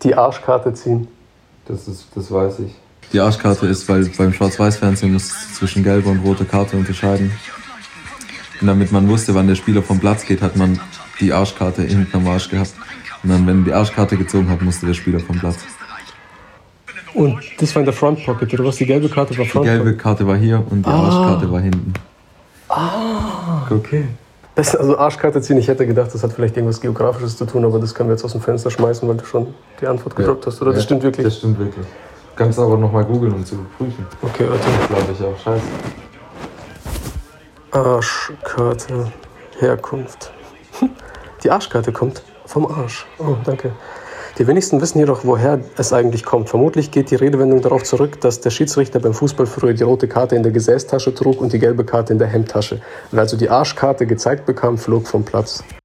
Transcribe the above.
Die Arschkarte ziehen. Das weiß ich. Die Arschkarte ist, weil beim Schwarz-Weiß-Fernsehen musst du zwischen gelbe und rote Karte unterscheiden. Und damit man wusste, wann der Spieler vom Platz geht, hat man die Arschkarte hinten am Arsch gehabt. Und dann, wenn die Arschkarte gezogen hat, musste der Spieler vom Platz. Und das war in der Front Pocket, oder was? Die gelbe Karte war Front Pocket? Die gelbe Karte war hier und die Arschkarte war hinten. Okay. Also Arschkarte ziehen, ich hätte gedacht, das hat vielleicht irgendwas Geografisches zu tun, aber das können wir jetzt aus dem Fenster schmeißen, weil du schon die Antwort gedroppt hast, oder? Das stimmt wirklich? Das stimmt wirklich. Du kannst aber nochmal googeln, um zu prüfen. Okay, warte. Das glaube ich auch. Scheiße. Arschkarte, Herkunft. Die Arschkarte kommt vom Arsch. Oh, danke. Die wenigsten wissen jedoch, woher es eigentlich kommt. Vermutlich geht die Redewendung darauf zurück, dass der Schiedsrichter beim Fußball früher die rote Karte in der Gesäßtasche trug und die gelbe Karte in der Hemdtasche. Wer also die Arschkarte gezeigt bekam, flog vom Platz.